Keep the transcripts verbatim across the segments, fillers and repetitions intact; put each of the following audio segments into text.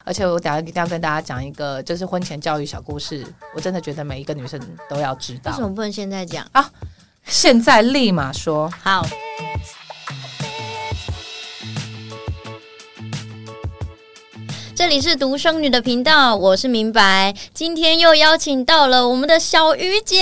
而且我等一下一定要跟大家讲一个就是婚前教育小故事，我真的觉得每一个女生都要知道。 为什么不能现在讲啊？现在立马说。 好。这里是独生女的频道，我是明白。今天又邀请到了我们的小鱼姐，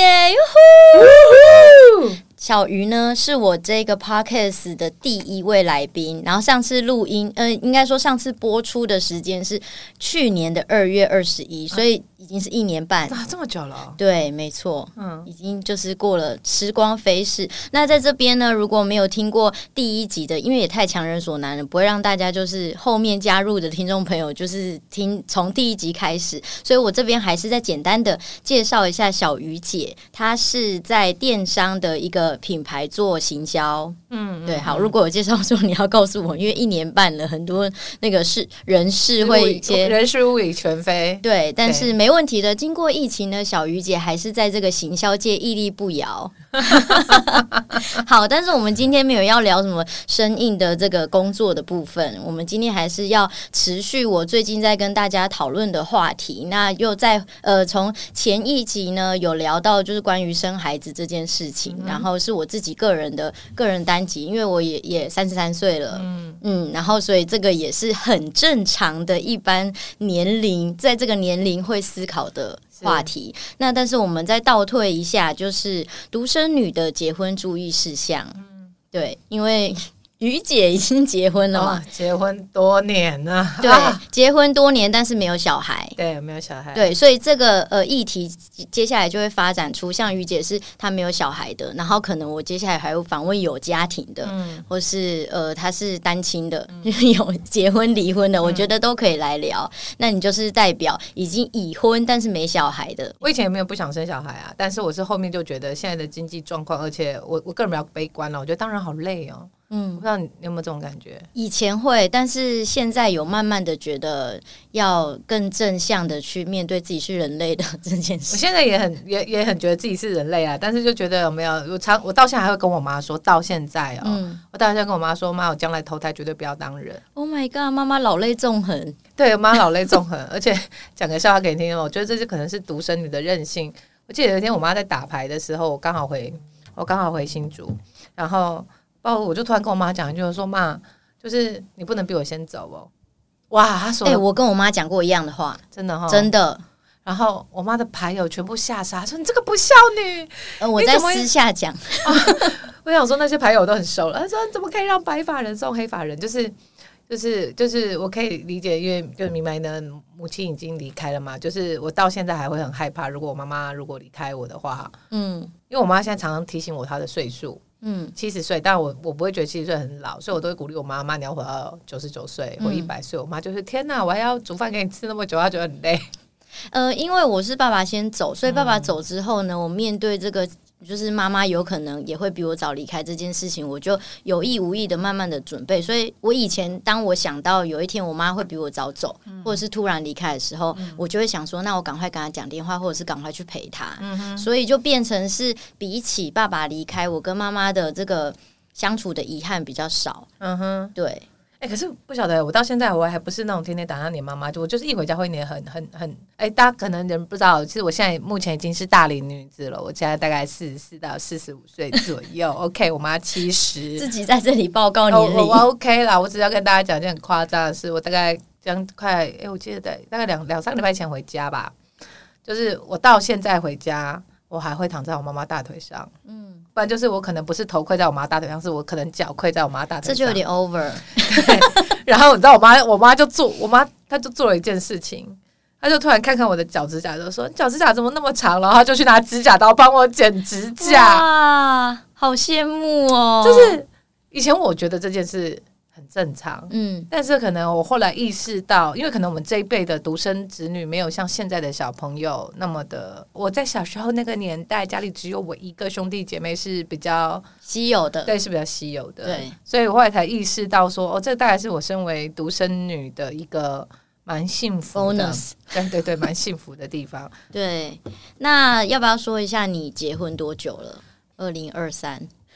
哟呼！小鱼呢是我这个 podcast 的第一位来宾，然后上次录音，呃，应该说上次播出的时间是去年的二月二十一，所以已经是一年半啊，这么久了、哦？ 对，没错，嗯，已经就是过了，时光飞逝。那在这边呢，如果没有听过第一集的，因为也太强人所难了，不会让大家就是后面加入的听众朋友就是听从第一集开始，所以我这边还是再简单的介绍一下小鱼姐，她是在电商的一个品牌做行销，嗯，对，好，如果有介绍说你要告诉我，因为一年半了，很多那个是人事会一些人事物已全非， 对，但是没问题的。经过疫情呢，小鱼姐还是在这个行销界屹立不摇。好，但是我们今天没有要聊什么生硬的这个工作的部分，我们今天还是要持续我最近在跟大家讨论的话题。那又在呃从前一集呢有聊到就是关于生孩子这件事情，嗯、然后是我自己个人的个人单集，因为我也也三十三岁了，嗯嗯，然后所以这个也是很正常的一般年龄，在这个年龄会思考的话题。那但是我们再倒退一下，就是独生女的结婚注意事项。嗯，对，因为鱼姐已经结婚了嘛， 哦、结婚多年了， 对、啊，结婚多年，但是没有小孩， 对，没有小孩， 对，所以这个呃议题接下来就会发展出，像鱼姐是她没有小孩的，然后可能我接下来还会访问有家庭的，嗯，或是呃她是单亲的，嗯、有结婚离婚的，我觉得都可以来聊。嗯、那你就是代表已经已婚但是没小孩的。 我以前也没有不想生小孩啊，但是我是后面就觉得现在的经济状况，而且我我个人比较悲观了，我觉得当然好累哦。嗯，我不知道你有没有这种感觉？ 以前会，但是现在有慢慢的觉得要更正向的去面对自己是人类的这件事。 我现在也很也也很觉得自己是人类啊，但是就觉得有没有我常我到现在还会跟我妈说，到现在哦，嗯、我到现在跟我妈说，妈，我将来投胎绝对不要当人。 Oh my god， 妈妈老泪纵横。 对，我妈老泪纵横，而且讲个笑话给你听，我觉得这是可能是独生女的任性。我记得有一天我妈在打牌的时候，我刚好回我刚好回新竹，然后。我就突然跟我妈讲一句，我说妈，就是你不能比我先走哦。哇，她说， 哎、欸，我跟我妈讲过一样的话， 真的哈、哦， 真的。 然后我妈的牌友全部吓傻，说你这个不孝女。 呃，我在私下讲、 啊，我想说那些牌友都很熟了。她说你怎么可以让白发人送黑发人？就是就是就是我可以理解，因为就是明白呢，母亲已经离开了嘛。就是我到现在还会很害怕，如果我妈妈如果离开我的话，嗯，因为我妈现在常常提醒我她的岁数。嗯，七十岁，但我我不会觉得七十岁很老，所以我都会鼓励我妈妈，你要活到九十九岁或一百岁。我妈就是天哪，我还要煮饭给你吃那么久，她觉得很累。 呃，因为我是爸爸先走，所以爸爸走之后呢，嗯、我面对这个就是妈妈有可能也会比我早离开这件事情，我就有意无意的慢慢的准备。所以我以前当我想到有一天我妈会比我早走，嗯、或者是突然离开的时候，嗯、我就会想说，那我赶快跟她讲电话，或者是赶快去陪她。嗯、所以就变成是比起爸爸离开，我跟妈妈的这个相处的遗憾比较少。嗯哼，对。 哎、欸，可是不晓得，我到现在我还不是那种天天打他黏妈妈，就我就是一回家会黏很很很。哎、欸，大家可能人不知道，其实我现在目前已经是大龄女子了，我现在大概四十四到四十五岁左右。OK， 我妈七十， 自己在这里报告年龄、 哦，我 OK 啦。我只要跟大家讲一件很夸张的事，我大概将快，哎、欸，我记得大概两两三个礼拜前回家吧，就是我到现在回家，我还会躺在我妈妈大腿上，嗯。不然就是我可能不是头跪在我妈大腿上，是我可能脚跪在我妈大腿上， 这就有点 over。 对，然后你知道我妈，我妈就做，我妈她就做了一件事情，她就突然看看我的脚指甲，就说：“你脚指甲怎么那么长？”然后她就去拿指甲刀帮我剪指甲。 哇，好羡慕哦！ 就是以前我觉得这件事很正常，嗯，但是可能我后来意识到，因为可能我们这一辈的独生子女没有像现在的小朋友那么的，我在小时候那个年代，家里只有我一个兄弟姐妹是比较稀有的， 对，是比较稀有的， 对， 所以我后来才意识到说，哦，这大概是我身为独生女的一个蛮幸福的 bonus， 对对对，蛮幸福的地方。 对，那要不要说一下你结婚多久了？二零二三。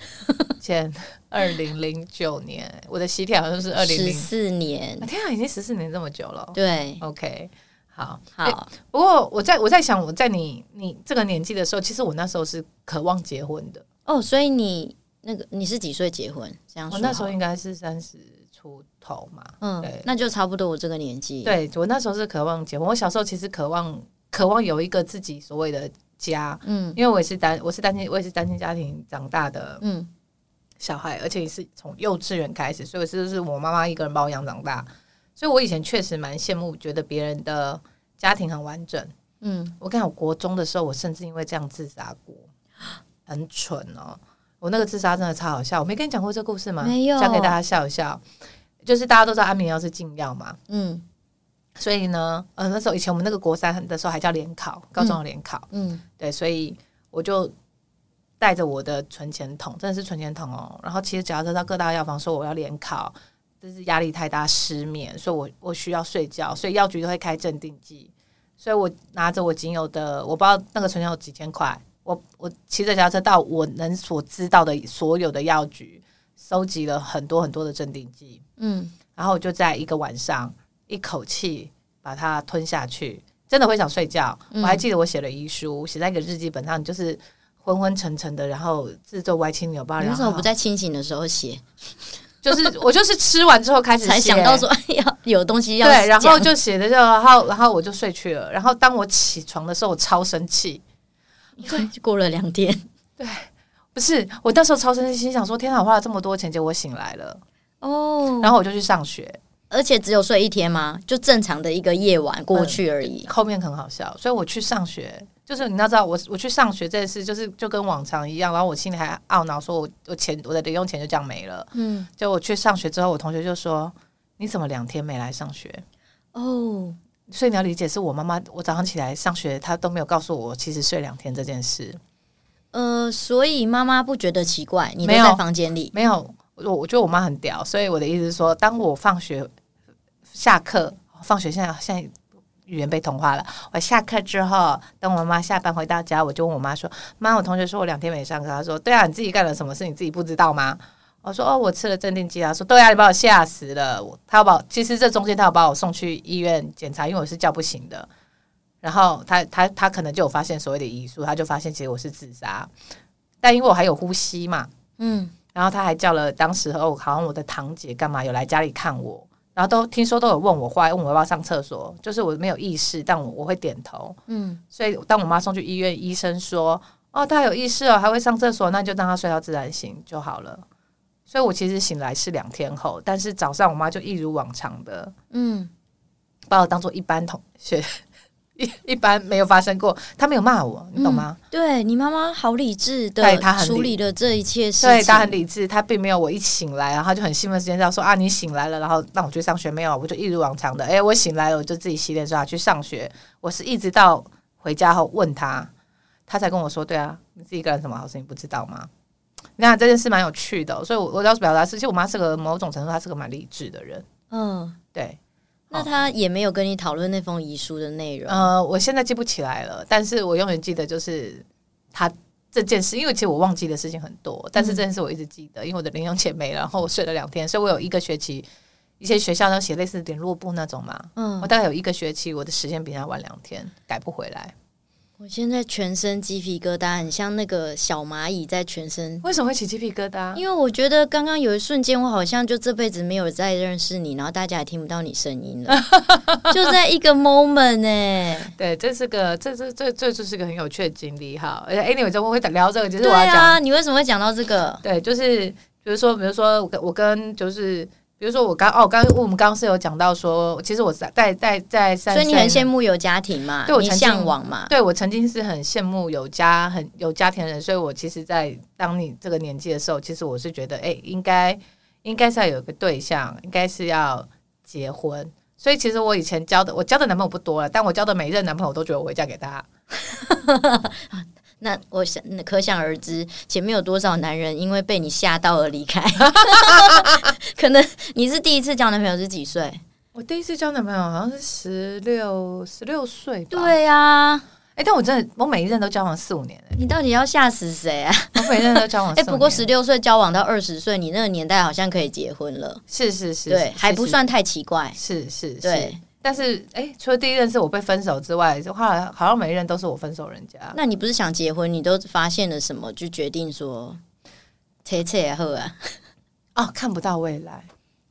前二零零九年，我的喜帖好像是二零零十四年， 天啊，已经十四年这么久了。 对 ，OK， 好， 好、 欸。不过我在我在想，我在你你这个年纪的时候，其实我那时候是渴望结婚的。 哦，所以你那个你是几岁结婚？这样说我那时候应该是三十出头嘛。 嗯，那就差不多我这个年纪。 对，我那时候是渴望结婚。我小时候其实渴望渴望有一个自己所谓的家。嗯，因为我也是单我是单亲，我也是单亲家庭长大的。嗯。小孩，而且是从幼稚园开始，所以是是我妈妈一个人把我养长大，所以我以前确实蛮羡慕，觉得别人的家庭很完整。嗯，我看我国中的时候，我甚至因为这样自杀过，很蠢哦。我那个自杀真的超好笑，我没跟你讲过这故事吗？ 没有， 讲给大家笑一笑。就是大家都知道安眠药是禁药嘛，嗯，所以呢，呃，那时候以前我们那个国三的时候还叫联考，高中的联考，嗯，嗯对，所以我就带着我的存钱筒，真的是存钱筒哦。然后骑着脚踏车到各大药房说我要联考，就是压力太大失眠，所以我我需要睡觉，所以药局都会开镇定剂。所以我拿着我仅有的，我不知道那个存钱有几千块，我我骑着脚踏车到我能所知道的所有的药局，收集了很多很多的镇定剂。嗯，然后我就在一个晚上一口气把它吞下去，真的会想睡觉。嗯、我还记得我写了遗书，写在一个日记本上，就是昏昏沉沉的，然后自作歪七扭八。 你为什么不在清醒的时候写？ 就是我就是吃完之后开始写， 才想到说要有东西要对，然后就写的就然后然后我就睡去了。然后当我起床的时候，我超生气。 过了两天， 对，不是我那时候超生气，心想说：天哪，我花了这么多钱，结果我醒来了哦。然后我就去上学， 而且只有睡一天吗？就正常的一个夜晚过去而已。 嗯、后面很好笑，所以我去上学。就是你要知道我，我去上学这件事，就是就跟往常一样。然后我心里还懊恼，说我我钱我的零用钱就这样没了。嗯，就我去上学之后，我同学就说：“你怎么两天没来上学？”哦，所以你要理解，是我妈妈，我早上起来上学，她都没有告诉我其实睡两天这件事。 呃，所以妈妈不觉得奇怪，你都在房间里没有？我我觉得我妈很屌，所以我的意思是说，当我放学下课，放学现在现在。语言被同化了。我下课之后，等我妈妈下班回到家，我就问我妈说：“妈，我同学说我两天没上课。”她说：“对啊，你自己干了什么事？你自己不知道吗？”我说：“哦，我吃了镇定剂。”她说：“对啊，你把我吓死了。”她要把我，其实这中间她要把我送去医院检查，因为我是叫不醒的。然后她她她可能就有发现所谓的遗书，她就发现其实我是自杀，但因为我还有呼吸嘛，嗯，然后她还叫了当时候好像我的堂姐干嘛有来家里看我。然后都听说都有问我，后来问我要不要上厕所，就是我没有意识，但我我会点头。嗯，所以当我妈送去医院，医生说：“哦，她有意识哦，还会上厕所，那就让她睡到自然醒就好了。”所以，我其实醒来是两天后，但是早上我妈就一如往常的，嗯，把我当做一般同学。一, 一般没有发生过，他没有骂我，你懂吗？ 嗯、对你妈妈好理智的处理了这一切事情， 对，她很理智，她并没有我一醒来，然后就很兴奋时间要说啊你醒来了，然后让我去上学，没有，我就一如往常的，哎、欸，我醒来了，我就自己洗脸刷牙去上学。我是一直到回家后问他，他才跟我说，对啊，你自己干了什么好事你不知道吗？你看这件事蛮有趣的、哦，所以我我要表达是，其实我妈是个某种程度，她是个蛮理智的人，嗯，对。 那他也没有跟你讨论那封遗书的内容？ 呃，我现在记不起来了，但是我永远记得就是他这件事，因为其实我忘记的事情很多，但是这件事我一直记得，因为我的零用钱没了，然后我睡了两天，所以我有一个学期，一些学校都写类似联络簿那种嘛，嗯，我大概有一个学期，我的时间比他晚两天，改不回来。 我现在全身鸡皮疙瘩，很像那个小蚂蚁在全身。 为什么会起鸡皮疙瘩？ 因为我觉得刚刚有一瞬间，我好像就这辈子没有再认识你，然后大家也听不到你声音了，就在一个 moment 哎、欸。 对，这是个这这这这就是个很有趣的经历哈。而且 anyway， 怎么会聊这个？其实我要讲， 对啊，你为什么会讲到这个？ 对，就是比如说，比如说我跟我跟就是。比如说我刚哦，刚我们刚刚是有讲到说，其实我在在在在三， 所以你很羡慕有家庭嘛？ 对，我你向往嘛？ 对，我曾经是很羡慕有家很有家庭的人，所以我其实，在当你这个年纪的时候，其实我是觉得，哎、欸，应该应该是要有一个对象，应该是要结婚。所以其实我以前交的，我交的男朋友不多了，但我交的每一任男朋友，我都觉得我会嫁给他。 那我想可想而知，前面有多少男人因为被你吓到而离开。可能你是第一次交男朋友是几岁？ 我第一次交男朋友好像是十六十六岁吧。 对啊， 哎、 哎、欸，但我真的我每一任都交往四五年、欸， 你到底要吓死谁啊？ 我每一任都交往四五年。哎、 欸，不过十六岁交往到二十岁，你那个年代好像可以结婚了。 是是是， 对，还不算太奇怪。 是是， 对。 但是哎、欸，除了第一任是我被分手之外，后来好像每一任都是我分手人家。 那你不是想结婚，你都发现了什么，就决定说切切好啊？ 哦，看不到未来。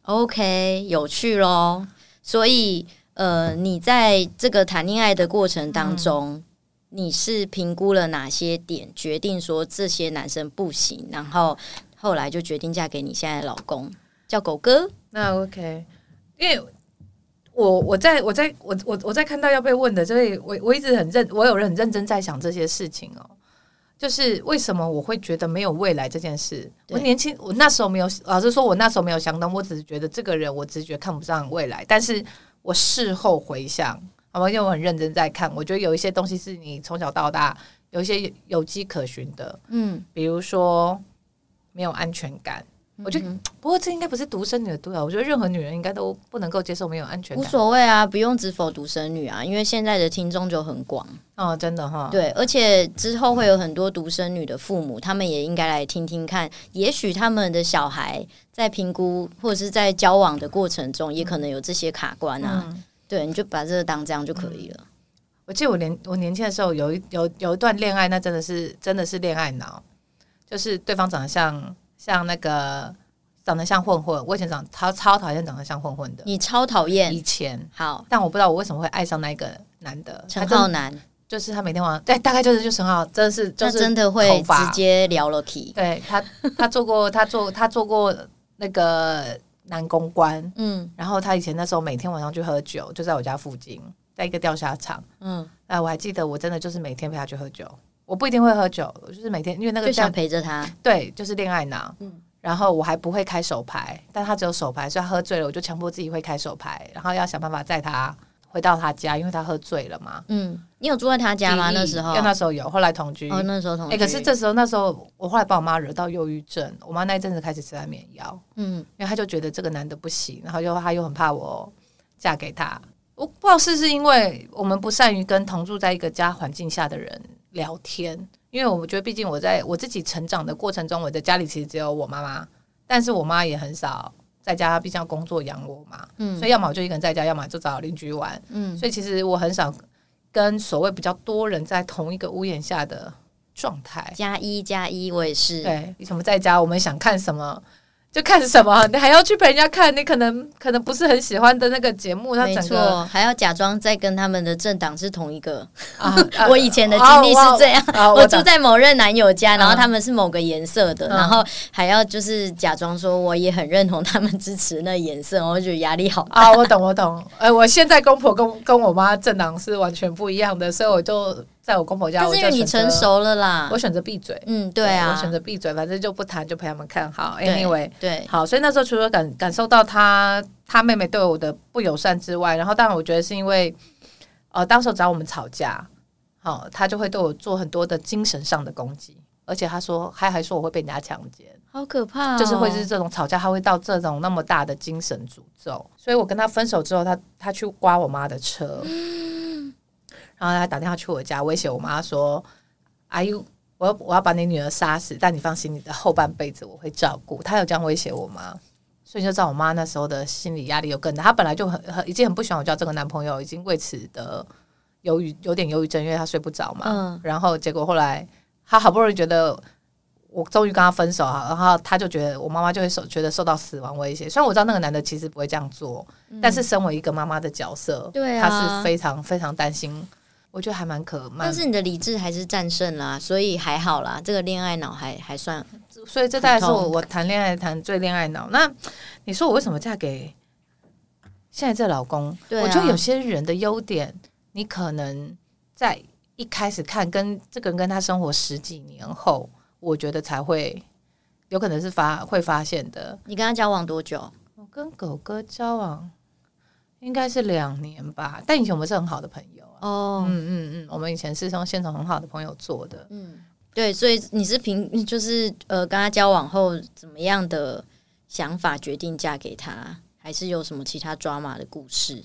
OK， 有趣咯。所以呃，你在这个谈恋爱的过程当中，嗯、你是评估了哪些点，决定说这些男生不行，然后后来就决定嫁给你现在的老公，叫狗哥。 那 OK， 因为。我我在我在我我我在看到要被问的，所以我我一直很认，我有很认真在想这些事情哦。就是为什么我会觉得没有未来这件事？我年轻，我那时候没有，老实说，我那时候没有想到，我只是觉得这个人，我直觉看不上未来。但是我事后回想，好吧，因为我很认真在看，我觉得有一些东西是你从小到大有一些有迹可循的，嗯，比如说没有安全感。我觉得，不过这应该不是独生女的独有，我觉得任何女人应该都不能够接受没有安全感。 无所谓啊，不用只否独生女啊，因为现在的听众就很广哦，真的哈。 对，而且之后会有很多独生女的父母，他们也应该来听听看，也许他们的小孩在评估或者是在交往的过程中，也可能有这些卡关啊。嗯、对，你就把这个当这样就可以了。嗯、 我记得我年我年轻的时候有一有有一段恋爱，那真的是真的是恋爱脑，就是对方长得像。像那个长得像混混，我以前长超超讨厌长得像混混的。 你超讨厌以前好， 但我不知道我为什么会爱上那个男的陈浩南， 就是他每天晚上对，大概就是就陈浩，真的是就是真的会直接聊了起。 对他，他做过他做他做过那个男公关，嗯，然后他以前那时候每天晚上去喝酒，就在我家附近，在一个钓虾场，嗯，哎，我还记得我真的就是每天陪他去喝酒。我不一定会喝酒，我就是每天因为那个就想陪着他， 对，就是恋爱脑。嗯，然后我还不会开手牌，但他只有手牌，所以他喝醉了，我就强迫自己会开手牌，然后要想办法载他回到他家，因为他喝醉了嘛。嗯， 你有住在他家吗？那时候？ 那时候有，后来同居。 哦，那时候同居。 哎、欸，可是这时候那时候我后来把我妈惹到忧郁症，我妈那一阵子开始吃安眠药。嗯，因为她就觉得这个男的不行，然后又她又很怕我嫁给他。我不知道是不是因为我们不善于跟同住在一个家环境下的人聊天。因为我觉得，毕竟我在我自己成长的过程中，我的家里其实只有我妈妈，但是我妈也很少在家，毕竟要工作养我嘛，嗯，所以要么我就一个人在家，要么就找邻居玩，嗯，所以其实我很少跟所谓比较多人在同一个屋檐下的状态。 加一加一，我也是。 对，以前我们在家，我们想看什么就看什么，你还要去陪人家看，你可能可能不是很喜欢的那个节目，它整个还要假装在跟他们的政党是同一个。啊、我以前的经历是这样，啊啊、我, 我住在某任男友家，然后他们是某个颜色的，嗯、然后还要就是假装说我也很认同他们支持那颜色，我觉得压力好大。 啊，我懂我懂。呃，我现在公婆跟跟我妈政党是完全不一样的，所以我就。在我公婆家， 但是因为你成熟了啦， 我选择闭嘴。 嗯，对啊， 对我选择闭嘴，反正就不谈，就陪他们看好。Anyway， 对， 好，所以那时候除了感感受到他他妹妹对我的不友善之外，然后当然我觉得是因为，呃，当时找我们吵架，好、哦，他就会对我做很多的精神上的攻击，而且他说还还说我会被人家强奸， 好可怕、哦， 就是会是这种吵架，他会到这种那么大的精神诅咒。所以我跟他分手之后，他他去刮我妈的车。然后他打电话去我家威胁我妈说：“阿姨，我要我要把你女儿杀死，但你放心，你的后半辈子我会照顾。”他有这样威胁我妈，所以就知道我妈那时候的心理压力有更大。她本来就很很已经很不喜欢我交这个男朋友，已经为此的忧郁有点忧郁症，因为她睡不着嘛。嗯、然后结果后来她好不容易觉得我终于跟他分手，然后她就觉得我妈妈就会受觉得受到死亡威胁。虽然我知道那个男的其实不会这样做，嗯、但是身为一个妈妈的角色， 对啊， 她是非常非常担心。我觉得还蛮可蛮， 但是你的理智还是战胜啦，所以还好啦。这个恋爱脑还还算， 所以这大概是我我谈恋爱谈最恋爱脑。那你说我为什么嫁给现在这老公？ 对啊、 我觉得有些人的优点，你可能在一开始看跟这个人跟他生活十几年后，我觉得才会有可能是发会发现的。 你跟他交往多久？ 我跟狗哥交往应该是两年吧，但以前我们是很好的朋友。哦，嗯嗯嗯，我们以前是从现场很好的朋友做的，嗯， 对，所以你是凭就是呃跟他交往后怎么样的想法决定嫁给他，还是有什么其他抓马的故事？ 哎、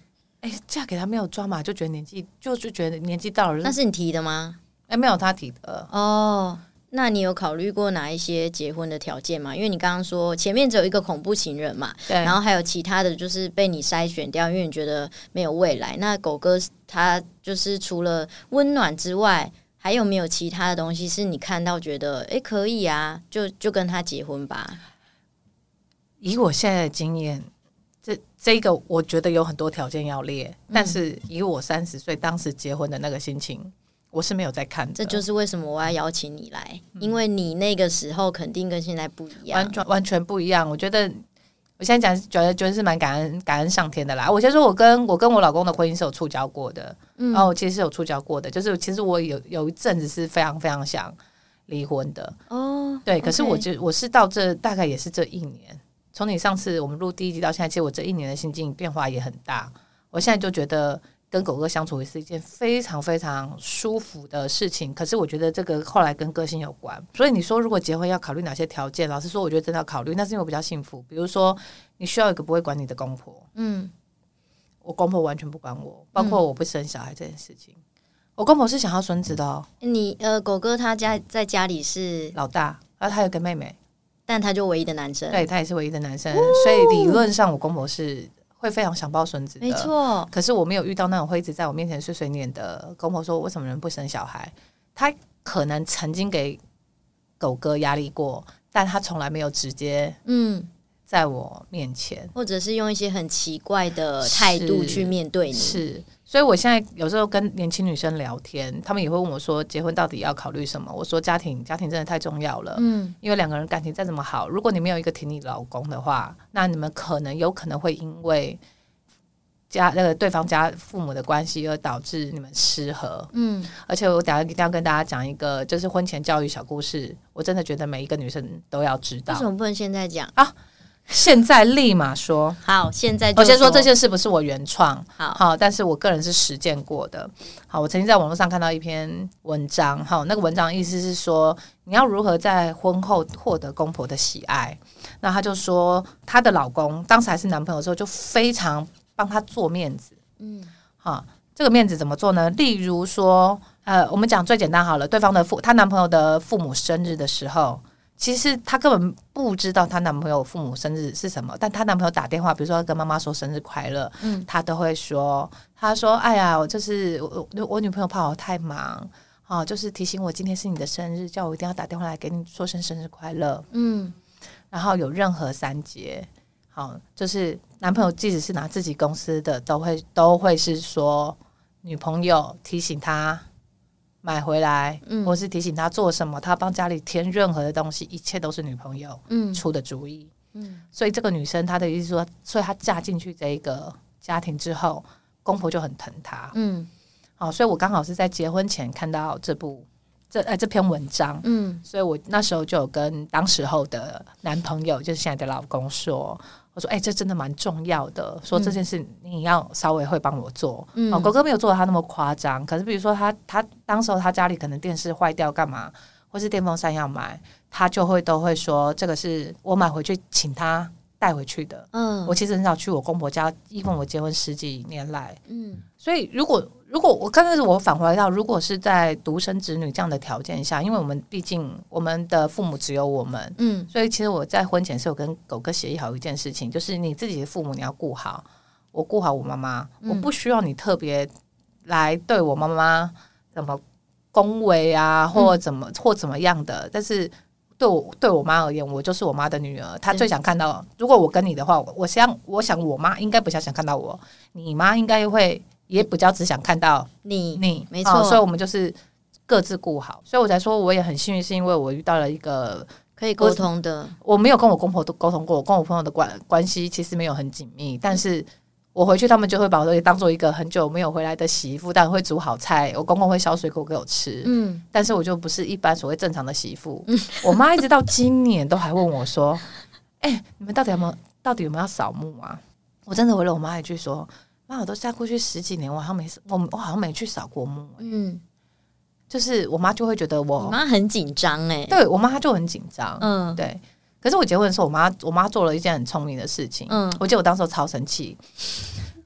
哎、欸，嫁给他没有抓嘛，就觉得年纪就就觉得年纪到了。 那是你提的吗？ 哎、欸，没有他提的哦。那你有考虑过哪一些结婚的条件吗？因为你刚刚说前面只有一个恐怖情人嘛， 对， 然后还有其他的就是被你筛选掉，因为你觉得没有未来。那狗哥他就是除了温暖之外，还有没有其他的东西是你看到觉得哎、欸、可以啊，就就跟他结婚吧？ 以我现在的经验，这这个我觉得有很多条件要列，嗯、但是以我三十岁当时结婚的那个心情。我是没有在看的， 这就是为什么我要邀请你来，嗯、因为你那个时候肯定跟现在不一样， 完全完全不一样。我觉得我现在讲，觉得觉得是蛮感恩感恩上天的啦。我先说，我跟我跟我老公的婚姻是有触礁过的，嗯，然后其实是有触礁过的，就是其实我有有一阵子是非常非常想离婚的，哦，对。可是我就、okay. 我是到这大概也是这一年，从你上次我们录第一集到现在，其实我这一年的心境变化也很大。我现在就觉得。跟狗哥相处也是一件非常非常舒服的事情，可是我觉得这个后来跟个性有关，所以你说如果结婚要考虑哪些条件，老实说我觉得真的要考虑，那是因为我比较幸福。比如说你需要一个不会管你的公婆，嗯，我公婆完全不管我，包括我不生小孩这件事情，嗯、我公婆是想要孙子的哦。 你呃，狗哥他家在家里是老大，然后他有个妹妹， 但他就唯一的男生， 对他也是唯一的男生，哦、所以理论上我公婆是。会非常想抱孙子的， 没错。 可是我没有遇到那种会一直在我面前碎碎念的公婆说为什么人不生小孩。他可能曾经给狗哥压力过，但他从来没有直接嗯在我面前， 或者是用一些很奇怪的态度去面对你。 是，所以我现在有时候跟年轻女生聊天，他们也会问我说结婚到底要考虑什么。我说家庭家庭真的太重要了，嗯，因为两个人感情再怎么好，如果你没有一个挺你老公的话，那你们可能有可能会因为家那个对方家父母的关系而导致你们失和，嗯，而且我等一下一定要跟大家讲一个就是婚前教育小故事，我真的觉得每一个女生都要知道。 为什么不能现在讲啊？现在立马说。 好，现在就说。 我先说这件事不是我原创， 好， 好，但是我个人是实践过的。好，我曾经在网络上看到一篇文章，好，那个文章意思是说你要如何在婚后获得公婆的喜爱。那他就说她的老公当时还是男朋友的时候就非常帮她做面子，嗯，好，这个面子怎么做呢？例如说，呃，我们讲最简单好了，对方的父，她男朋友的父母生日的时候。其实她根本不知道她男朋友父母生日是什么，但她男朋友打电话，比如说跟妈妈说生日快乐，嗯，她都会说，她说，哎呀，我就是我我女朋友怕我太忙，哦，就是提醒我今天是你的生日，叫我一定要打电话来给你说声生日快乐，嗯，然后有任何三节，好，就是男朋友即使是拿自己公司的，都会都会是说女朋友提醒他。买回来，嗯、或是提醒他做什么，他帮家里添任何的东西，一切都是女朋友出的主意。嗯、所以这个女生她的意思说，所以她嫁进去这一个家庭之后，公婆就很疼她。嗯，好，所以我刚好是在结婚前看到这部这呃这篇文章，嗯，所以我那时候就有跟当时候的男朋友，就是现在的老公说。我说：“哎、欸，这真的蛮重要的。说这件事你要稍微会帮我做。嗯，哦，狗哥没有做的他那么夸张。可是比如说他他当时候他家里可能电视坏掉干嘛，或是电风扇要买，他就会都会说这个是我买回去请他带回去的。嗯，我其实很少去我公婆家，因为我结婚十几年来，嗯，所以如果如果我刚开始我返回到，如果是在独生子女这样的条件下，因为我们毕竟我们的父母只有我们，嗯，所以其实我在婚前是有跟狗哥协议好一件事情，就是你自己的父母你要顾好，我顾好我妈妈，嗯，我不需要你特别来对我妈妈怎么恭维啊，或怎么、嗯、或怎么样的，但是。对我对我妈而言，我就是我妈的女儿。她最想看到，如果我跟你的话，我想我想我妈应该比较想看到我，你妈应该会也比较只想看到你。 你没错， 哦，所以我们就是各自顾好。所以我才说我也很幸运，是因为我遇到了一个可以沟通的。 我没有跟我公婆都沟通过，我跟我朋友的关关系其实没有很紧密，但是。我回去，他们就会把我当做一个很久没有回来的媳妇，但会煮好菜，我公公会削水果给我吃。嗯，但是我就不是一般所谓正常的媳妇。嗯，我妈一直到今年都还问我说：“哎、欸，你们到底有没有到底有没有扫墓啊？”我真的回了我妈一句说：“妈，我都嫁过去十几年，我好像没我我好像没去扫过墓、欸。”嗯，就是我妈就会觉得我， 我妈很紧张哎， 对我妈她就很紧张。嗯，对。可是我结婚的时候，我妈我妈做了一件很聪明的事情。嗯，我记得我当时超生气。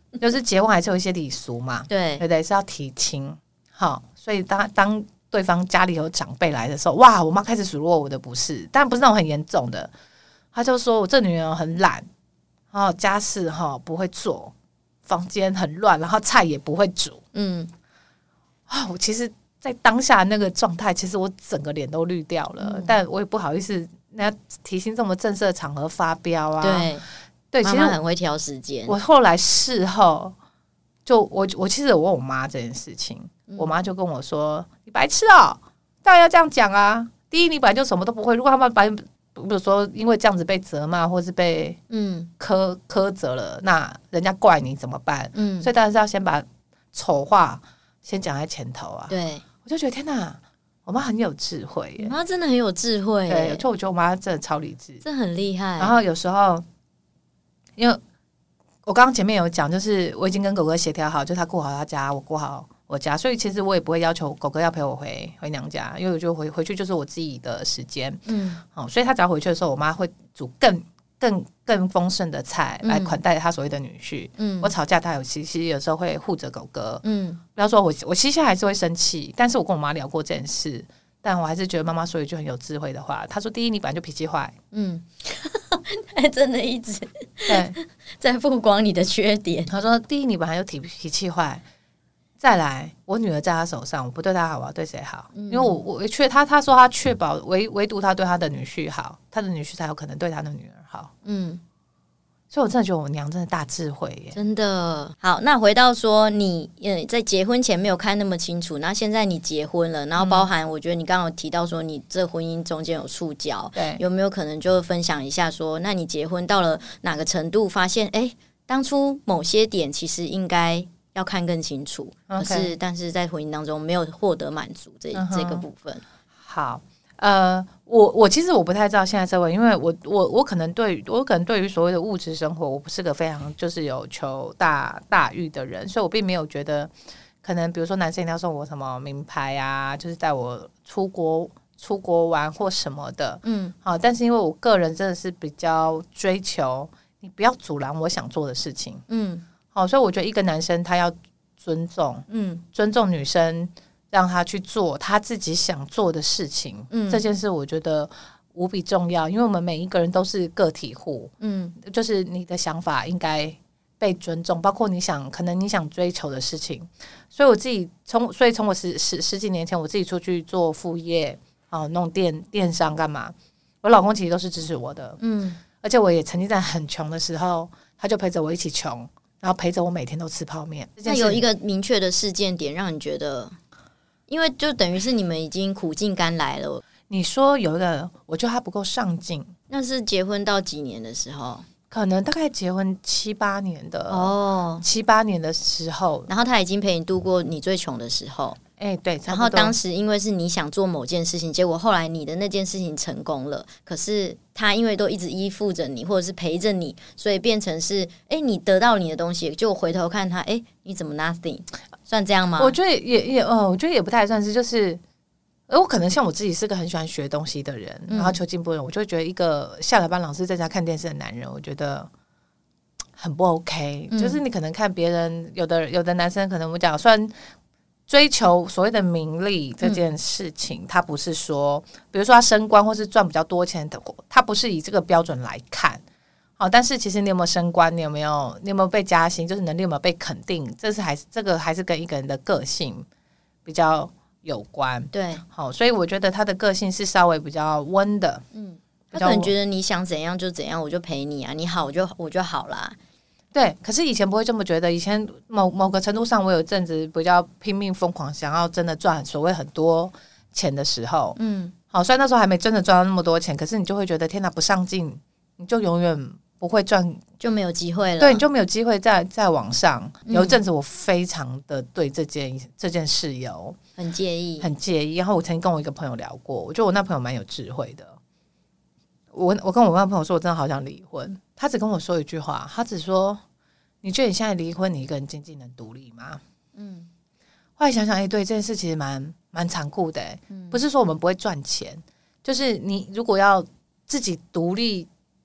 就是结婚还是有一些礼俗嘛， 对对对，是要提亲。好，所以当当对方家里有长辈来的时候，哇，我妈开始数落我的不是，但不是那种很严重的，她就说我这女人很懒，然后家事哈不会做，房间很乱，然后菜也不会煮。嗯，啊，我其实，在当下那个状态，其实我整个脸都绿掉了，嗯、但我也不好意思，那提醒这么正式的场合发飙啊。 对对， 妈妈很会挑时间。 我后来事后，就我我其实有问我妈这件事情，嗯、我妈就跟我说：“你白痴哦、喔，当然要这样讲啊！第一，你本来就什么都不会，如果他们把比如说因为这样子被责骂，或是被嗯苛苛责了，那人家怪你怎么办？嗯，所以当然是要先把丑话先讲在前头啊。 对， 我就觉得天哪，我妈很有智慧耶， 我妈真的很有智慧耶， 对，就我觉得我妈真的超理智， 这很厉害。 然后有时候，因为我刚刚前面有讲，就是我已经跟狗哥协调好，就他顾好他家，我顾好我家，所以其实我也不会要求狗哥要陪我回回娘家，因为我就回回去就是我自己的时间，嗯，好、哦，所以他只要回去的时候，我妈会煮更更更丰盛的菜来款待他所谓的女婿。嗯，我吵架他有其实有时候会护着狗哥，嗯，不要说我我其实还是会生气，但是我跟我妈聊过这件事。但我还是觉得妈妈说一句很有智慧的话，她说：“第一，你本来就脾气坏，嗯， 还真的一直对在曝光你的缺点。 她说：第一，你本来就脾脾气坏，再来，我女儿在她手上，我不对她好，我要对谁好？嗯、因为我我确她她说她确保唯唯独她对她的女婿好，她的女婿才有可能对她的女儿好。嗯。”所以，我真的觉得我娘真的大智慧耶， 真的。好，那回到说你呃在结婚前没有看那么清楚，那现在你结婚了，然后包含我觉得你刚刚有提到说你这婚姻中间有触礁，对，有没有可能就分享一下说，那你结婚到了哪个程度，发现哎，当初某些点其实应该要看更清楚， okay. 可是但是在婚姻当中没有获得满足这、嗯、这个部分。 好。呃，我我其实我不太知道现在社会，因为我我我可能对我可能对于所谓的物质生活，我不是个非常就是有求大大欲的人，所以我并没有觉得可能比如说男生一定要送我什么名牌啊，就是带我出国出国玩或什么的，嗯，好，但是因为我个人真的是比较追求你不要阻拦我想做的事情，嗯，好，所以我觉得一个男生他要尊重，嗯，尊重女生。让他去做他自己想做的事情，嗯，这件事我觉得无比重要，因为我们每一个人都是个体户，嗯，就是你的想法应该被尊重，包括你想可能你想追求的事情。所以我自己从所以从我十十十几年前我自己出去做副业，啊，弄电电商干嘛，我老公其实都是支持我的，嗯，而且我也曾经在很穷的时候，他就陪着我一起穷，然后陪着我每天都吃泡面。 那有一个明确的事件点让你觉得？因为就等于是你们已经苦尽甘来了。 你说有一个，我觉得他不够上进。 那是结婚到几年的时候？ 可能大概结婚七八年的哦，七八年的时候， 然后他已经陪你度过你最穷的时候。 哎、欸，对。 然后当时因为是你想做某件事情，结果后来你的那件事情成功了，可是他因为都一直依附着你，或者是陪着你，所以变成是哎、欸，你得到你的东西，就回头看他，哎、欸，你怎么 nothing？ 算这样吗？ 我觉得也也呃，我觉得也不太算是，就是我可能像我自己是个很喜欢学东西的人，嗯、然后求进步的人，我就会觉得一个下了班老师在家看电视的男人，我觉得很不 OK、嗯。就是你可能看别人，有的有的男生可能我讲，虽然追求所谓的名利这件事情，嗯、他不是说，比如说他升官或是赚比较多钱的，他不是以这个标准来看。好，但是其实你有没有升官，你有没有你有没有被加薪，就是能力有没有被肯定，这是还是这个还是跟一个人的个性比较有关。 对， 好，所以我觉得他的个性是稍微比较温的。嗯， 他可能觉得你想怎样就怎样，我就陪你啊，你好我就我就好啦。 对，可是以前不会这么觉得，以前某某个程度上，我有一阵子比较拼命疯狂，想要真的赚所谓很多钱的时候，嗯，好，虽然那时候还没真的赚到那么多钱，可是你就会觉得天哪，不上进，你就永远不会赚，就没有机会了。 对，你就没有机会再再往上。有一阵子我非常的对这件这件事有很介意， 很介意。然后我曾经跟我一个朋友聊过，我觉得我那朋友蛮有智慧的。我我跟我那朋友说，我真的好想离婚。他只跟我说一句话，他只说：“你觉得你现在离婚，你一个人经济能独立吗？”嗯。后来想想，哎、欸，对这件事其实蛮蛮残酷的、欸。嗯。不是说我们不会赚钱，就是你如果要自己独立。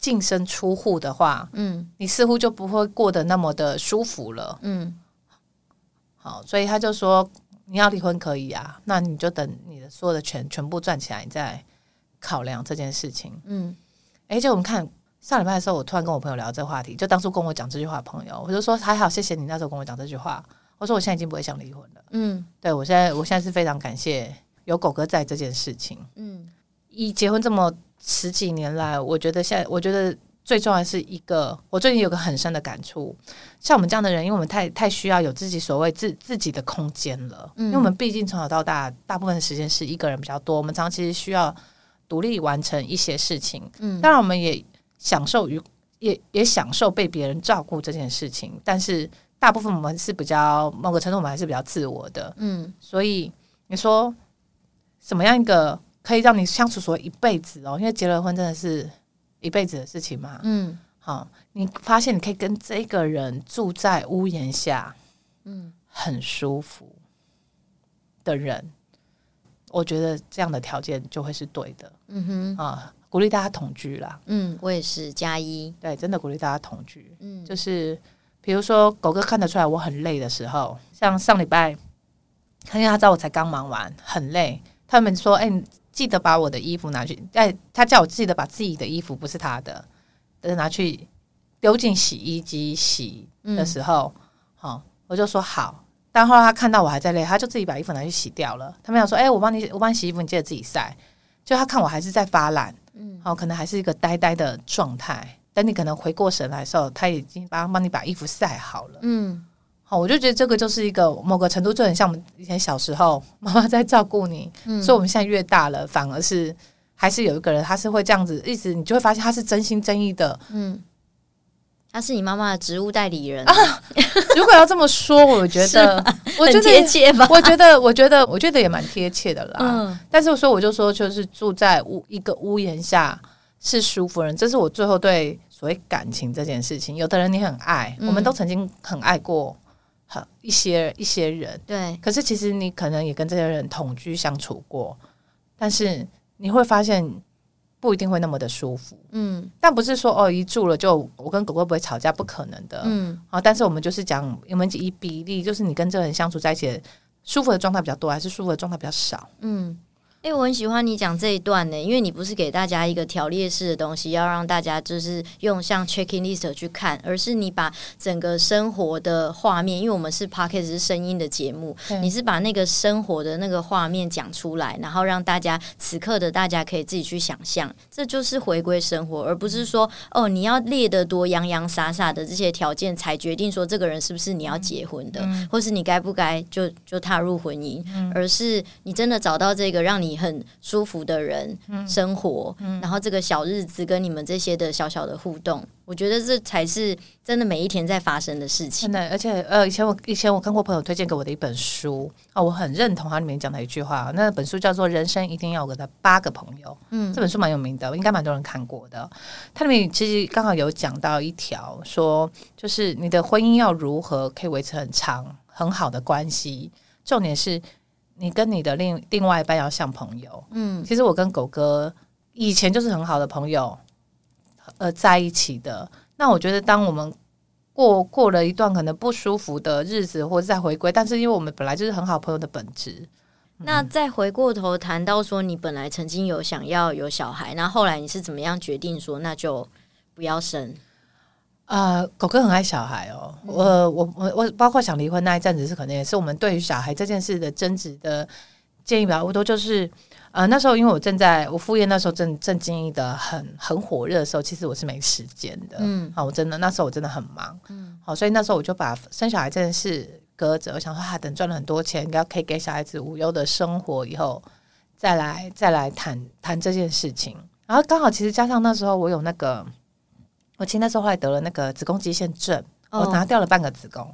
净身出户的话，嗯，你似乎就不会过得那么的舒服了，嗯，好，所以他就说你要离婚可以啊，那你就等你的所有的钱全部赚起来，你再考量这件事情，嗯，哎，就我们看上礼拜的时候，我突然跟我朋友聊这个话题，就当初跟我讲这句话的朋友，我就说还好，谢谢你那时候跟我讲这句话，我说我现在已经不会想离婚了，嗯，对我现在我现在是非常感谢有狗哥在这件事情，嗯，以结婚这么十几年来，我觉得现在我觉得最重要的是一个，我最近有个很深的感触，像我们这样的人，因为我们太太需要有自己所谓自自己的空间了，嗯，因为我们毕竟从小到大大部分的时间是一个人比较多，我们长期需要独立完成一些事情，嗯，当然我们也享受于也也享受被别人照顾这件事情，但是大部分我们是比较某个程度我们还是比较自我的，嗯，所以你说什么样一个可以让你相处所一辈子哦？因为结了婚真的是一辈子的事情嘛，嗯，好，你发现你可以跟这个人住在屋檐下，嗯，很舒服的人，我觉得这样的条件就会是对的，嗯哼，啊，鼓励大家同居啦， 嗯，我也是加一， 对，真的鼓励大家同居，嗯，就是比如说狗哥看得出来我很累的时候，像上礼拜，因为他知道我才刚忙完，很累，他们说，哎、欸，你记得把我的衣服拿去，哎，他叫我记得把自己的衣服不是他的，拿去丢进洗衣机洗的时候，嗯哦、我就说好。但后来他看到我还在累，他就自己把衣服拿去洗掉了。他没有说：“哎、欸，我帮你，我帮你洗衣服，你记得自己晒。”就他看我还是在发懒，嗯，哦，可能还是一个呆呆的状态。等你可能回过神来的时候，他已经帮帮你把衣服晒好了，嗯。好，我就觉得这个就是一个某个程度就很像我们以前小时候妈妈在照顾你，嗯，所以我们现在越大了，反而是还是有一个人他是会这样子，一直你就会发现他是真心真意的，嗯， 他是你妈妈的职务代理人啊。 如果要这么说，我觉得我觉得很贴切吧？ 我觉得我觉得我觉得也蛮贴切的啦。嗯，但是所以我就说，就是住在屋一个屋檐下是舒服人，这是我最后对所谓感情这件事情。有的人你很爱，嗯，我们都曾经很爱过。一些一些人， 对， 可是其实你可能也跟这些人同居相处过，但是你会发现不一定会那么的舒服，嗯，但不是说哦一住了就我跟狗狗不会吵架，不可能的，嗯，好，但是我们就是讲我们以比例，就是你跟这个人相处在一起舒服的状态比较多，还是舒服的状态比较少， 嗯。哎、欸，我很喜欢你讲这一段呢，因为你不是给大家一个条列式的东西，要让大家就是用像 checking list 去看，而是你把整个生活的画面，因为我们是 podcast 是声音的节目，你是把那个生活的那个画面讲出来，然后让大家此刻的大家可以自己去想象，这就是回归生活，而不是说哦你要列得多洋洋洒洒的这些条件才决定说这个人是不是你要结婚的，嗯、或是你该不该就就踏入婚姻，嗯、而是你真的找到这个让你很舒服的人生活、嗯嗯、然后这个小日子跟你们这些的小小的互动，我觉得这才是真的每一天在发生的事情。 真的，而且呃，以前我以前我看过朋友推荐给我的一本书啊、哦，我很认同它里面讲的一句话，那本书叫做《人生一定要有的八个朋友》，嗯，这本书蛮有名的，应该蛮多人看过的。它里面其实刚好有讲到一条，说就是你的婚姻要如何可以维持很长很好的关系，重点是你跟你的另另外一半要像朋友。嗯，其实我跟狗哥以前就是很好的朋友，呃，在一起的。那我觉得，当我们过过了一段可能不舒服的日子，或者再回归，但是因为我们本来就是很好朋友的本质。 嗯、那再回过头谈到说，你本来曾经有想要有小孩，那后来你是怎么样决定说那就不要生？ 呃，狗哥很爱小孩哦，嗯、我我我我包括想离婚那一阵子，是可能也是我们对于小孩这件事的争执的建议比较多，就是呃那时候因为我正在我副业那时候正正经营的很很火热的时候，其实我是没时间的，嗯，好，我真的那时候我真的很忙，嗯，好，所以那时候我就把生小孩这件事搁着，我想说啊，等赚了很多钱，应该可以给小孩子无忧的生活以后，再来再来谈谈这件事情，然后刚好其实加上那时候我有那个。我其实那时候后来得了那个子宫肌腺症，哦、我拿掉了半个子宫。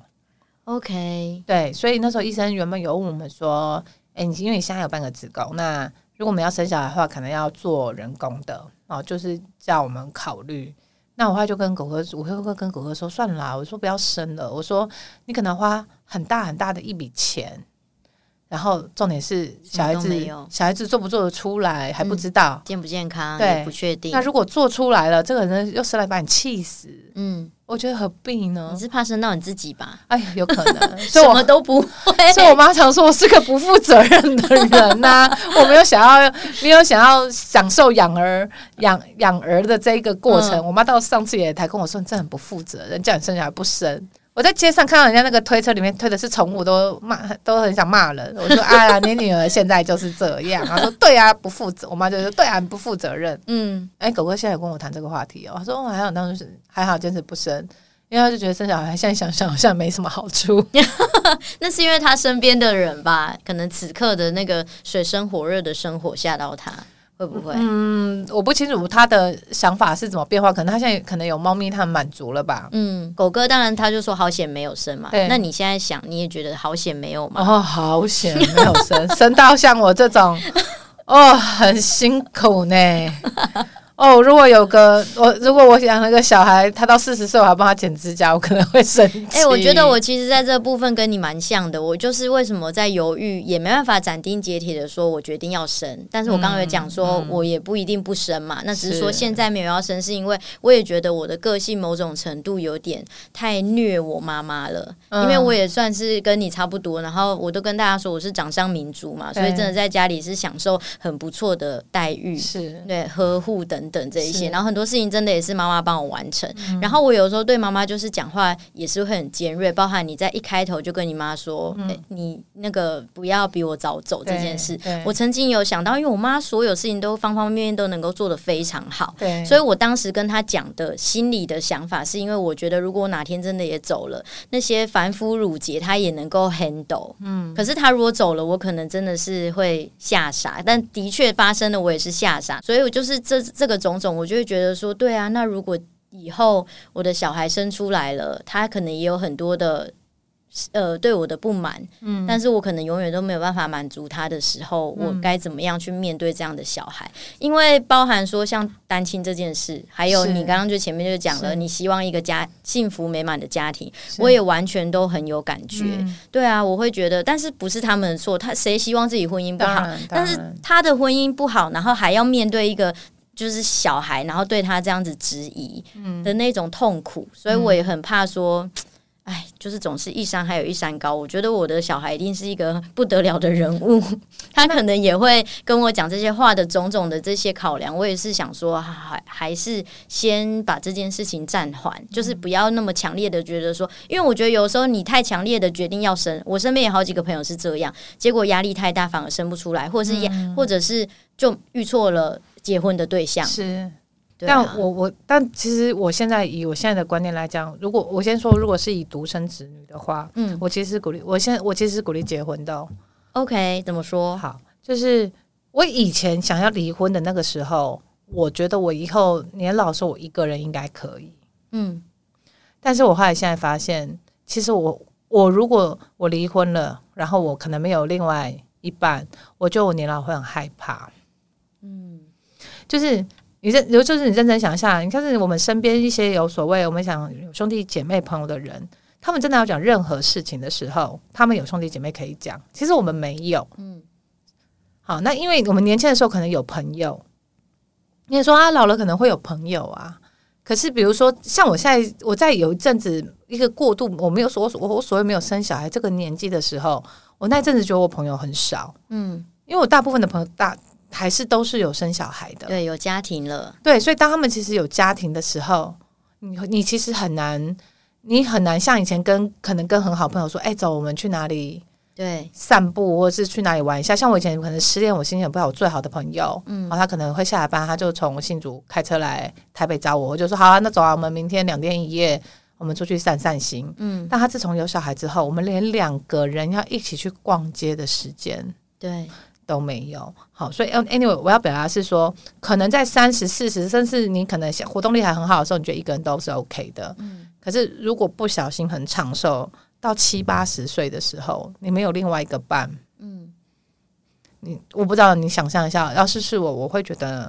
OK， 对，所以那时候医生原本有问我们说：“哎、欸，你因为你现在有半个子宫，那如果我们要生小孩的话，可能要做人工的哦，就是叫我们考虑。”那我后来就跟狗哥，我会跟狗哥说：“算了啦，我说不要生了。我说你可能花很大很大的一笔钱， 然后重点是小孩子小孩子做不做得出来还不知道、 嗯、健不健康对也不确定。 那如果做出来了，这个人又生来把你气死， 嗯， 我觉得何必呢？ 你是怕生到你自己吧？ 哎，有可能，所以我什么都不会。 所以我妈常说我是个不负责任的人呐、啊。我没有想要，没有想要享受养儿养养儿的这一个过程。嗯、我妈到上次也才跟我说，你真的很不负责任，叫你生小孩不生。我在街上看到人家那个推车里面推的是宠物，都骂，都很想骂人。我说：“哎呀，你女儿现在就是这样。”她说：“对啊，不负责。”我妈就说：“对啊，你不负责任。”嗯，哎、欸，狗哥现在有跟我谈这个话题哦。他说：“哦，还好当时还好，坚持不生，因为他就觉得生小孩现在想想好像没什么好处。” 那是因为他身边的人吧，可能此刻的那个水深火热的生活吓到他。会不会？ 嗯，我不清楚他的想法是怎么变化，可能他现在可能有猫咪，他满足了吧。 嗯，狗哥当然他就说好险没有生嘛。那你现在想，你也觉得好险没有吗？ 哦，好险没有生，生到像我这种，哦，很辛苦呢。哦，如果有个我，如果我养了个小孩，他到四十岁我还帮他剪指甲，我可能会生气。 哎、欸，我觉得我其实在这部分跟你蛮像的，我就是为什么在犹豫，也没办法斩钉截铁的说我决定要生，但是我刚刚有讲说、嗯、我也不一定不生嘛，那只是说现在没有要生，是因为我也觉得我的个性某种程度有点太虐我妈妈了、嗯，因为我也算是跟你差不多，然后我都跟大家说我是掌上明珠嘛，所以真的在家里是享受很不错的待遇，是对呵护等等这一些，然后很多事情真的也是妈妈帮我完成、嗯、然后我有时候对妈妈就是讲话也是会很尖锐，包含你在一开头就跟你妈说、嗯欸、你那个不要比我早走这件事，我曾经有想到，因为我妈所有事情都方方面面都能够做得非常好，对，所以我当时跟她讲的心里的想法是因为我觉得如果我哪天真的也走了，那些凡夫辱节她也能够 handle、嗯、可是她如果走了，我可能真的是会吓傻，但的确发生了，我也是吓傻，所以我就是这这个种种我就会觉得说，对啊，那如果以后我的小孩生出来了，他可能也有很多的呃对我的不满，嗯，但是我可能永远都没有办法满足他的时候，嗯、我该怎么样去面对这样的小孩？因为包含说像单亲这件事，还有你刚刚就前面就讲了，你希望一个家幸福美满的家庭，我也完全都很有感觉、嗯。对啊，我会觉得，但是不是他们的错，他谁希望自己婚姻不好？但是他的婚姻不好，然后还要面对一个。就是小孩，然后对他这样子质疑的那种痛苦、嗯、所以我也很怕说哎，就是总是一山还有一山高，我觉得我的小孩一定是一个不得了的人物，他可能也会跟我讲这些话的种种的这些考量，我也是想说还还是先把这件事情暂缓、嗯、就是不要那么强烈的觉得说，因为我觉得有时候你太强烈的决定要生，我身边有好几个朋友是这样，结果压力太大反而生不出来，或者是、嗯、或者是就遇错了结婚的对象是、对啊、 但我我但其实我现在以我现在的观念来讲，如果我先说，如果是以独生子女的话，嗯，我其实是鼓励，我现在我其实是鼓励结婚的、哦。 OK， 怎么说？ 好，就是我以前想要离婚的那个时候，我觉得我以后年老的时候我一个人应该可以，嗯，但是我后来现在发现，其实我我如果我离婚了，然后我可能没有另外一半，我觉得我年老会很害怕。嗯，就是你认，就是你认真想一下，你看是我们身边一些有所谓我们想有兄弟姐妹朋友的人，他们真的要讲任何事情的时候，他们有兄弟姐妹可以讲，其实我们没有。嗯，好，那因为我们年轻的时候可能有朋友，你也说啊，老了可能会有朋友啊。可是比如说像我现在，我在有一阵子一个过渡，我没有所我我所谓没有生小孩这个年纪的时候，我那阵子觉得我朋友很少。嗯，因为我大部分的朋友大。还是都是有生小孩的， 对，有家庭了， 对，所以当他们其实有家庭的时候，你你其实很难，你很难像以前跟可能跟很好朋友说，哎、欸，走，我们去哪里？ 对， 散步，或者是去哪里玩一下。像我以前可能失恋，我心情很不好，我最好的朋友，嗯，然后他可能会下了班，他就从新竹开车来台北找我，我就说好啊，那走啊，我们明天两天一夜，我们出去散散心。嗯，但他自从有小孩之后，我们连两个人要一起去逛街的时间，对。都没有。好，所以 anyway 我要表达是说，可能在三十四十甚至你可能活动力还很好的时候，你觉得一个人都是 OK 的、嗯、可是如果不小心很长寿到七八十岁的时候，你没有另外一个伴，嗯，你我不知道，你想象一下，要是是我我会觉得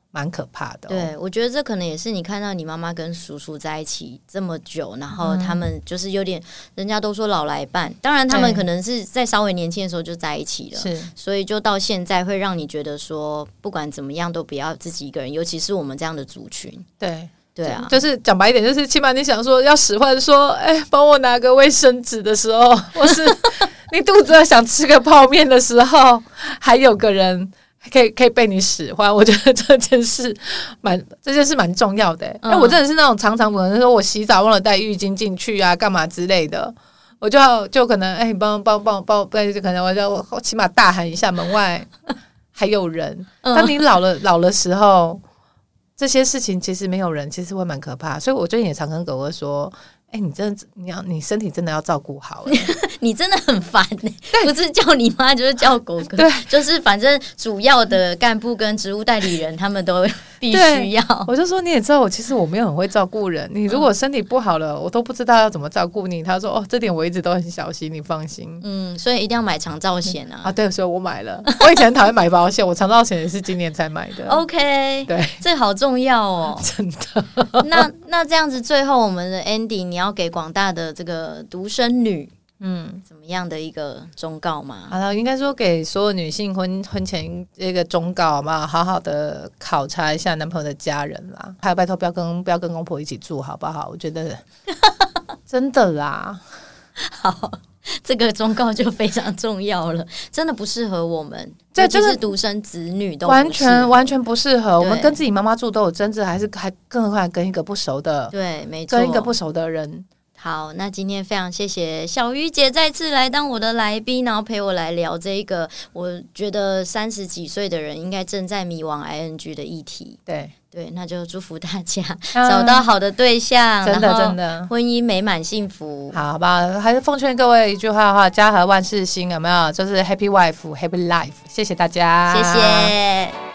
蛮可怕的、哦。 对，我觉得这可能也是你看到你妈妈跟叔叔在一起这么久，然后他们就是有点，人家都说老来伴，当然他们可能是在稍微年轻的时候就在一起了， 是， 所以就到现在会让你觉得说，不管怎么样都不要自己一个人，尤其是我们这样的族群。 对。 对啊， 就是讲白一点，就是起码你想说要使唤说，哎、欸，帮我拿个卫生纸的时候，或是你肚子想吃个泡面的时候，还有个人可以可以被你使唤，我觉得这件事蛮这件事蛮重要的、欸。哎、嗯，我真的是那种常常可能说我洗澡忘了带浴巾进去啊，干嘛之类的，我就要就可能哎，你帮帮帮帮，就可能我就我起码大喊一下门外还有人。当你老了老的时候。这些事情其实没有人，其实会蛮可怕，所以我最近也常跟狗狗说：“哎、欸，你真的，你要你身体真的要照顾好、欸。” 你真的很烦呢、欸，不是叫你妈就是叫狗狗，对，就是反正主要的干部跟职务代理人他们都必须要。 我就说你也知道我其实我没有很会照顾人，你如果身体不好了，我都不知道要怎么照顾你。他说哦，这点我一直都很小心，你放心。 嗯，所以一定要买长照险啊、 嗯！啊，对，所以我买了。我以前很讨厌买保险，我长照险也是今年才买的。 OK， 对， 这好重要哦， 真的。 那那这样子，最后我们的 Andy， 你要给广大的这个独生女。嗯，怎么样的一个忠告吗？ 好了，应该说给所有女性婚婚前这个忠告，好不好？好好的考察一下男朋友的家人啦，还有拜托不要跟不要跟公婆一起住，好不好？我觉得真的啦。 好，这个忠告就非常重要了，真的不适合我们，尤其是独生子女都完全完全不适合。我们跟自己妈妈住都有争执，还是还更何况跟一个不熟的， 对，没错， 跟一个不熟的人。 好，那今天非常谢谢小鱼姐再次来当我的来宾，然后陪我来聊这一个我觉得三十几岁的人应该正在迷惘 I N G 的议题。 对对，那就祝福大家找到好的对象， 嗯、真的真的婚姻美满幸福。 好，好吧，还是奉劝各位一句话的话：家和万事兴，有没有？就是 Happy Wife Happy Life。谢谢大家， 谢谢。